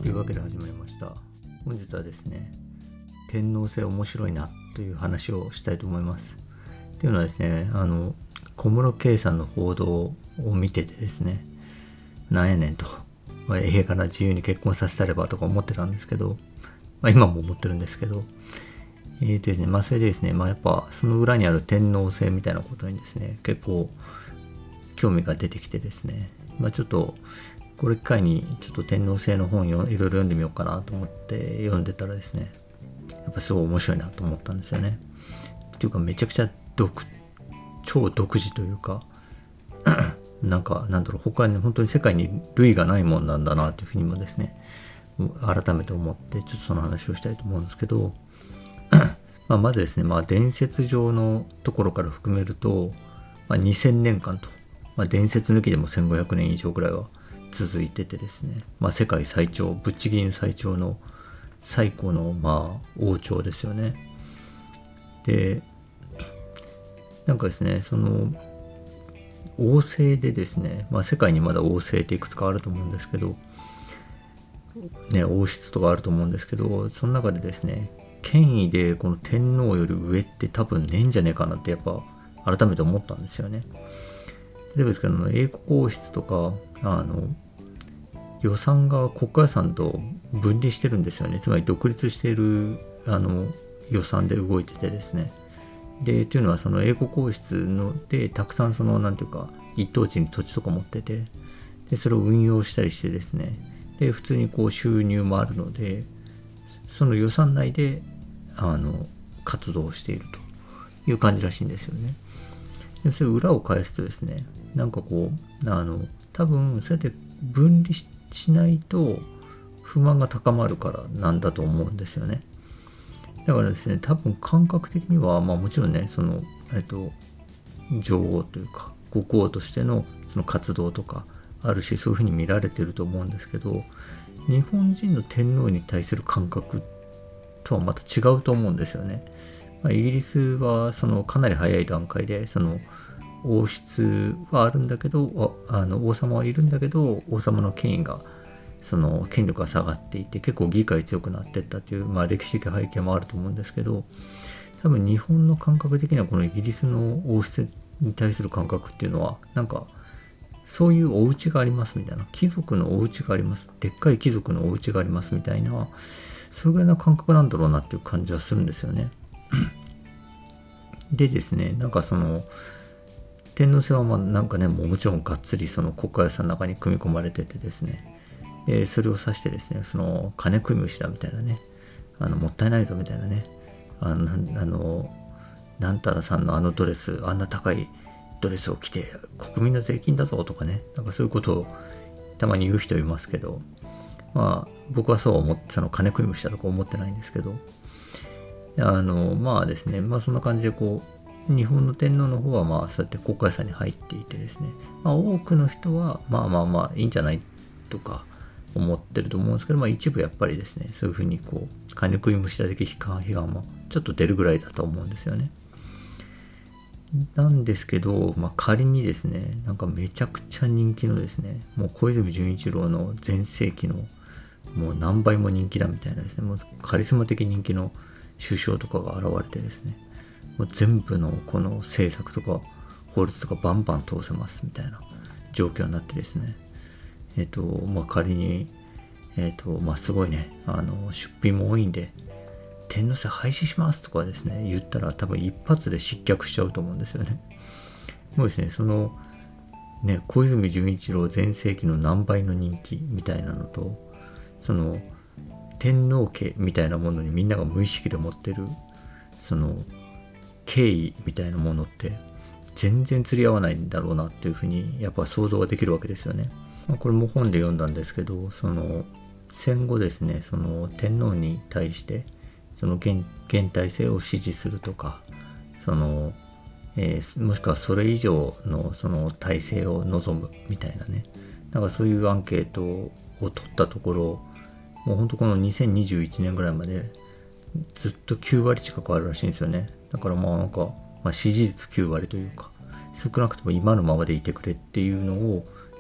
というわけで始まりました。本日はですね、天皇制面白いなという話をしたいと思います。というのはですね、小室圭さんの報道を見ててですね、なんやねんと、映画な自由に結婚させたればとか思ってたんですけど、今も思ってるんですけど、ですね、それでですね、やっぱその裏にある天皇制みたいなことにですね、結構興味が出てきてですね、ちょっとこれ機会にちょっと天皇制の本をいろいろ読んでみようかなと思って読んでたらですね、やっぱすごい面白いなと思ったんですよね。っていうかめちゃくちゃ超独自というか他に本当に世界に類がないもんなんだなというふうにもですね、改めて思ってちょっとその話をしたいと思うんですけどまずですね、伝説上のところから含めると、2000年間と、伝説抜きでも1500年以上ぐらいは続いててですね、世界最長、ぶっちぎりの最長の最古の王朝ですよね。で、ですね、その王政でですね、世界にまだ王政っていくつかあると思うんですけど、王室とかあると思うんですけど、その中でですね、権威でこの天皇より上って多分ねえんじゃねえかなってやっぱ改めて思ったんですよね。例えばですけど、英国王室とか予算が国家予算と分離してるんですよね。つまり独立している予算で動いててですね。で、というのはその英国王室でたくさん一等地に土地とか持ってて、でそれを運用したりしてですね。で、普通に収入もあるので、その予算内で活動をしているという感じらしいんですよね。でそれ裏を返すとですね、多分そうやって分離しないと不満が高まるからなんだと思うんですよね。だからですね、多分感覚的にはもちろんね、女王というか国王としてのその活動とかあるし、そういうふうに見られてると思うんですけど、日本人の天皇に対する感覚とはまた違うと思うんですよね。イギリスはかなり早い段階で王室はあるんだけど、王様はいるんだけど、王様の権威が権力が下がっていて、結構議会強くなっていったという、歴史的背景もあると思うんですけど、多分日本の感覚的にはこのイギリスの王室に対する感覚っていうのはそういうお家がありますみたいな、貴族のお家があります、でっかい貴族のお家がありますみたいな、それぐらいの感覚なんだろうなっていう感じはするんですよね。でですね、天皇制はもちろんがっつり国家予算の中に組み込まれててですね、それを指してですね、金食い虫だみたいなね、もったいないぞみたいなね、なんたらさんのドレス、あんな高いドレスを着て国民の税金だぞとかね、そういうことをたまに言う人いますけど、僕はそう思って、金食い虫だとか思ってないんですけど、ですね、そんな感じで日本の天皇の方はそうやって国家予算に入っていてですね、多くの人はいいんじゃないとか思ってると思うんですけど、一部やっぱりですね、そういうふうに金食い虫だ的批判もちょっと出るぐらいだと思うんですよね。なんですけど、仮にですね、めちゃくちゃ人気のですね、もう小泉純一郎の全盛期のもう何倍も人気だみたいなですね、もうカリスマ的人気の首相とかが現れてですね、もう全部のこの政策とか法律とかバンバン通せますみたいな状況になってですね、仮にすごいね、出費も多いんで天皇制廃止しますとかですね言ったら、多分一発で失脚しちゃうと思うんですよね。もうですね、小泉純一郎全盛期の何倍の人気みたいなのと、天皇家みたいなものにみんなが無意識で持ってる敬意みたいなものって全然釣り合わないんだろうなっていうふうにやっぱ想像ができるわけですよね。これも本で読んだんですけど、戦後ですね、天皇に対して現体制を支持するとか、もしくはそれ以上の体制を望むみたいなね、そういうアンケートを取ったところ、もう本当この2021年ぐらいまでずっと9割近くあるらしいんですよね。だから支持率9割というか、少なくとも今のままでいてくれっていうのを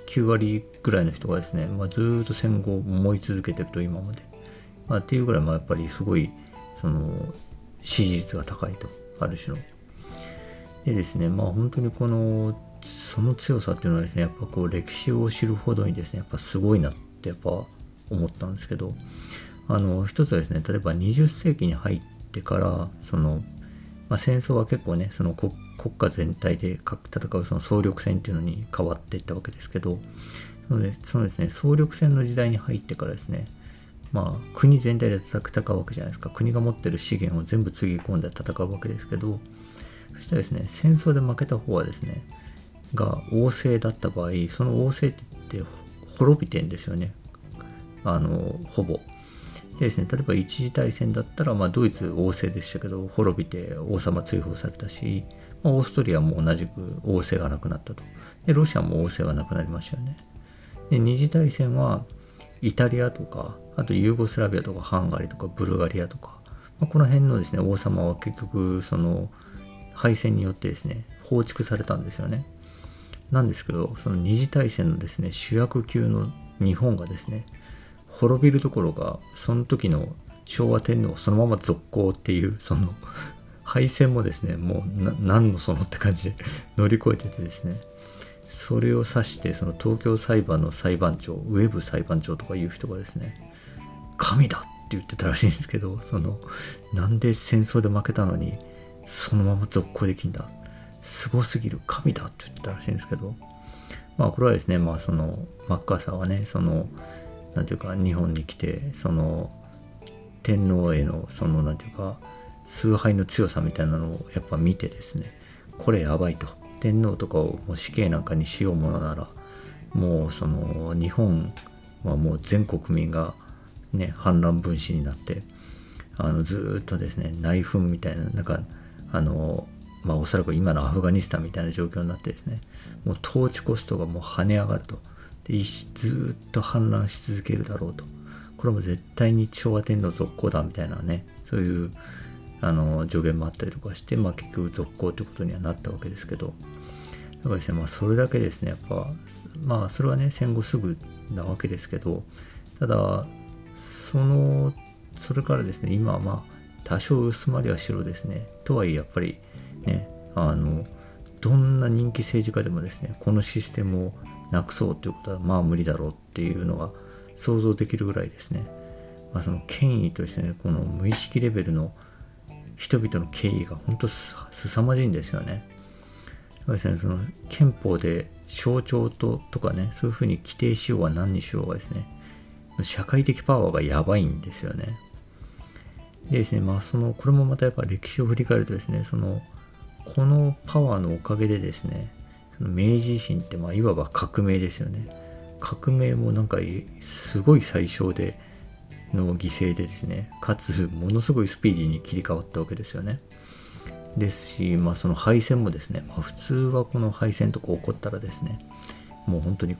9割ぐらいの人がですね、ずーっと戦後を思い続けてると今まで、っていうぐらいやっぱりすごいその支持率が高いと、ある種の。でですね、本当にその強さっていうのはですね、やっぱ歴史を知るほどにですね、やっぱすごいなってやっぱ思ったんですけど、一つはですね、例えば20世紀に入ってから戦争は結構ね、その国家全体で戦うその総力戦っていうのに変わっていったわけですけど、そのですね、総力戦の時代に入ってからですね、国全体で戦うわけじゃないですか。国が持ってる資源を全部つぎ込んで戦うわけですけど、そしたらですね、戦争で負けた方はですね、が王政だった場合、その王政って滅びてんですよね。ほぼ。でですね、例えば一次大戦だったら、ドイツ王政でしたけど、滅びて王様追放されたし、オーストリアも同じく王政がなくなったと。で、ロシアも王政はなくなりましたよね。で、二次大戦は、イタリアとか、あとユーゴスラビアとかハンガリーとかブルガリアとか、この辺のですね、王様は結局、敗戦によってですね、放逐されたんですよね。なんですけど、その二次大戦のですね、主役級の日本がですね、滅びるところが、その時の昭和天皇そのまま続行っていう、敗戦もですね、もう何のそのって感じで乗り越えててですね、それを指して、その東京裁判の裁判長、ウェブ裁判長とかいう人がですね、神だって言ってたらしいんですけど、なんで戦争で負けたのに、そのまま続行できんだ。すごすぎる、神だって言ってたらしいんですけど、これはですね、マッカーサーはね、なんていうか、日本に来て、天皇への、なんていうか、崇拝の強さみたいなのをやっぱ見てですね、これやばいと。天皇とかをもう死刑なんかにしようものなら、もう日本はもう全国民がね、反乱分子になって、ずーっとですね、内紛みたいな、おそらく今のアフガニスタンみたいな状況になってですね、もう統治コストがもう跳ね上がると。で、ずっと反乱し続けるだろうと。これも絶対に昭和天皇続行だみたいなね、そういう助言もあったりとかして、結局続行ということにはなったわけですけど、だからですね、それだけですね、やっぱ、それはね、戦後すぐなわけですけど、ただ、それからですね、今は多少薄まりはしろですね、とはいえやっぱりね、どんな人気政治家でもですね、このシステムをなくそうということは無理だろうっていうのが想像できるぐらいですね、その権威とですね、この無意識レベルの人々の敬意が本当すさまじいんですよね。ですね、その憲法で象徴とかね、そういうふうに規定しようが何にしようがですね、社会的パワーがやばいんですよね。でですね、これもまたやっぱ歴史を振り返るとですね、このパワーのおかげでですね、その明治維新っていわば革命ですよね。革命もすごい最小での犠牲でですね、かつものすごいスピーディーに切り替わったわけですよね。ですし、その敗戦もですね、普通はこの敗戦とか起こったらですね、もう本当に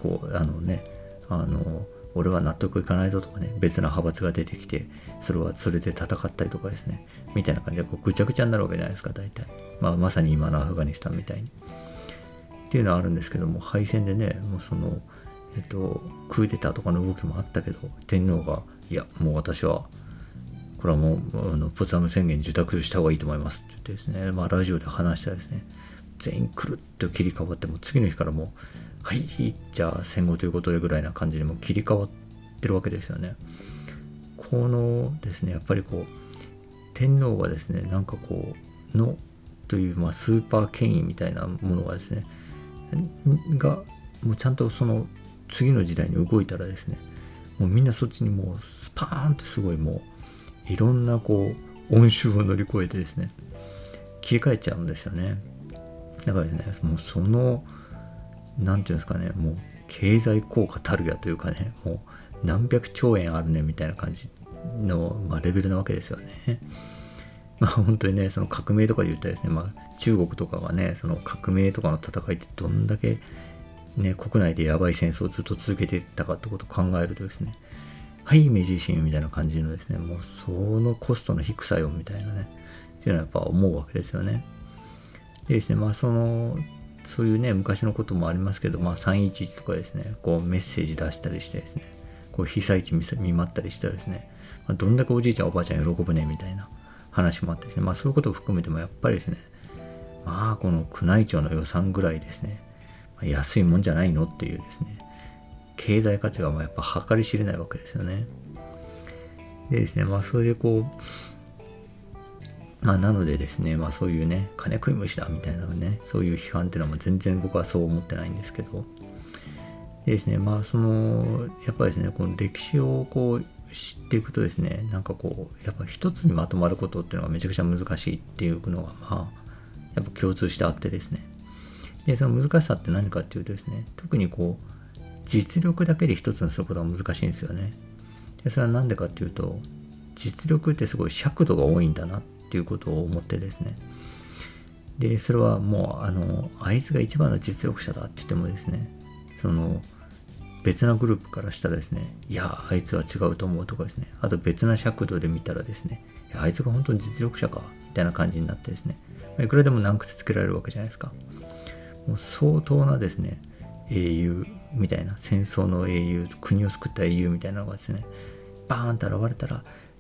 俺は納得いかないぞとかね、別な派閥が出てきて、それで戦ったりとかですね、みたいな感じでぐちゃぐちゃになるわけじゃないですか、大体。まさに今のアフガニスタンみたいに。っていうのはあるんですけども、敗戦でね、もうクーデターとかの動きもあったけど、天皇が、いや、もう私は、これはもう、ポツダム宣言受諾した方がいいと思いますって言ってですね、ラジオで話したらですね、全員くるっと切り替わって、もう次の日からもう、はい、じゃあ戦後ということでぐらいな感じにも切り替わってるわけですよね。このですね、やっぱり天皇がですね、という、スーパー権威みたいなものがですね、が、もうちゃんと次の時代に動いたらですね、もうみんなそっちにもうスパーンってすごいもう、いろんな温習を乗り越えてですね、切り替えちゃうんですよね。だからですね、もうなんていうんですかね、もう経済効果たるやというかね、もう何百兆円あるねみたいな感じの、レベルなわけですよね。本当にね、その革命とかで言ったらですね、中国とかがね、その革命とかの戦いってどんだけね、国内でやばい戦争をずっと続けていったかってことを考えるとですね、はい、明治維新みたいな感じのですね、もうそのコストの低さよみたいなね、っていうのはやっぱ思うわけですよね。でですね、 そういうね、昔のこともありますけど、311とかですね、こうメッセージ出したりしてですね、こう被災地見舞ったりしたらですね、どんだけおじいちゃんおばあちゃん喜ぶねみたいな話もあってですね、そういうことを含めてもやっぱりですね、この宮内庁の予算ぐらいですね、安いもんじゃないのっていうですね、経済価値がやっぱ計り知れないわけですよね。でですね、それでこう、なのでですね、そういうね、金食い虫だみたいなね、そういう批判っていうのは全然僕はそう思ってないんですけど、でですね、やっぱりですね、この歴史をこう知っていくとですね、やっぱ一つにまとまることっていうのがめちゃくちゃ難しいっていうのが、やっぱ共通してあってですね。で、その難しさって何かっていうとですね、特にこう、実力だけで一つにすることは難しいんですよね。で、それはなんでかっていうと、実力ってすごい尺度が多いんだなっていうことを思ってですね。で、それはもう、あいつが一番の実力者だって言ってもですね、別なグループからしたらですね、いや、あいつは違うと思うとかですね、あと別な尺度で見たらですね、いや、あいつが本当に実力者か、みたいな感じになってですね、いくらでも難癖つけられるわけじゃないですか。もう相当なですね、英雄みたいな、戦争の英雄、国を救った英雄みたいなのがですね、バーンと現れたら、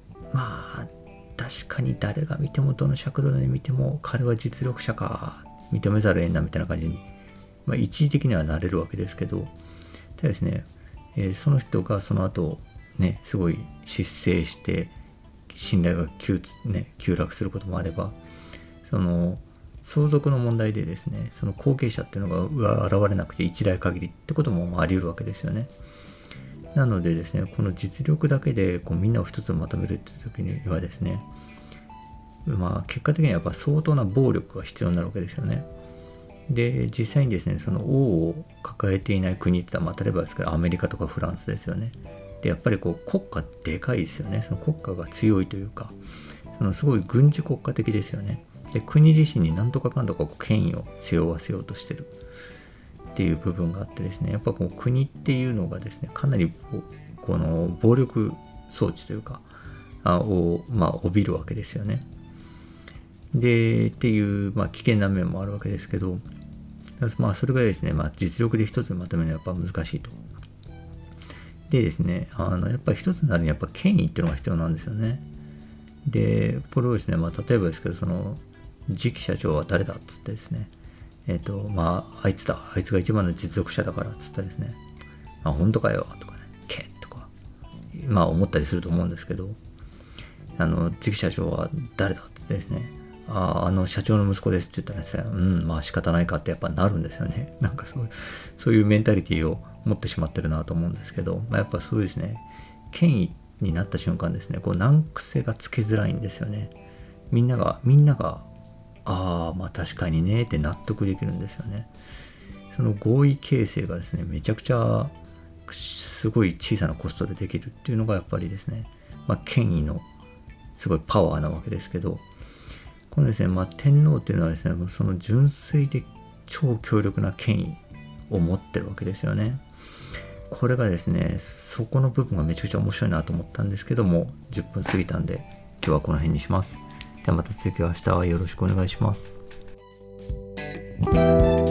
確かに誰が見ても、どの尺度で見ても、彼は実力者か、認めざるを得んなみたいな感じに、一時的にはなれるわけですけど、ただですね、その人がその後、ね、すごい失勢して、信頼が急落することもあれば、相続の問題でですね、その後継者っていうのが現れなくて一代限りってこともあり得るわけですよね。なのでですね、この実力だけでこうみんなを一つまとめるっていう時にはですね、結果的にはやっぱ相当な暴力が必要になるわけですよね。で、実際にですね、その王を抱えていない国って言ったら、例えばですけどアメリカとかフランスですよね。で、やっぱりこう国家でかいですよね。その国家が強いというか、すごい軍事国家的ですよね。で、国自身に何とかかんとか権威を背負わせようとしてるっていう部分があってですね、やっぱこう国っていうのがですね、かなりこの暴力装置というか帯びるわけですよね。でっていう、危険な面もあるわけですけど、それがですね、実力で一つにまとめるのはやっぱ難しいと。でですね、やっぱり一つになるにはやっぱ権威っていうのが必要なんですよね。で、これをですね、例えばですけど、次期社長は誰だっつってですね、あいつだ、あいつが一番の実力者だからっつったらですね、本当かよとかね、とか、思ったりすると思うんですけど、次期社長は誰だっつってですね、社長の息子ですって言ったらですね、仕方ないかってやっぱなるんですよね。そういうメンタリティを持ってしまってるなと思うんですけど、やっぱそうですね、権威になった瞬間ですね、こう難癖がつけづらいんですよね。みんなが確かにねって納得できるんですよね。その合意形成がですね、めちゃくちゃすごい小さなコストでできるっていうのがやっぱりですね、権威のすごいパワーなわけですけど、このですね、天皇っていうのはですね、その純粋で超強力な権威を持ってるわけですよね。これがですね、そこの部分がめちゃくちゃ面白いなと思ったんですけども、10分過ぎたんで、今日はこの辺にします。ではまた続きは明日はよろしくお願いします。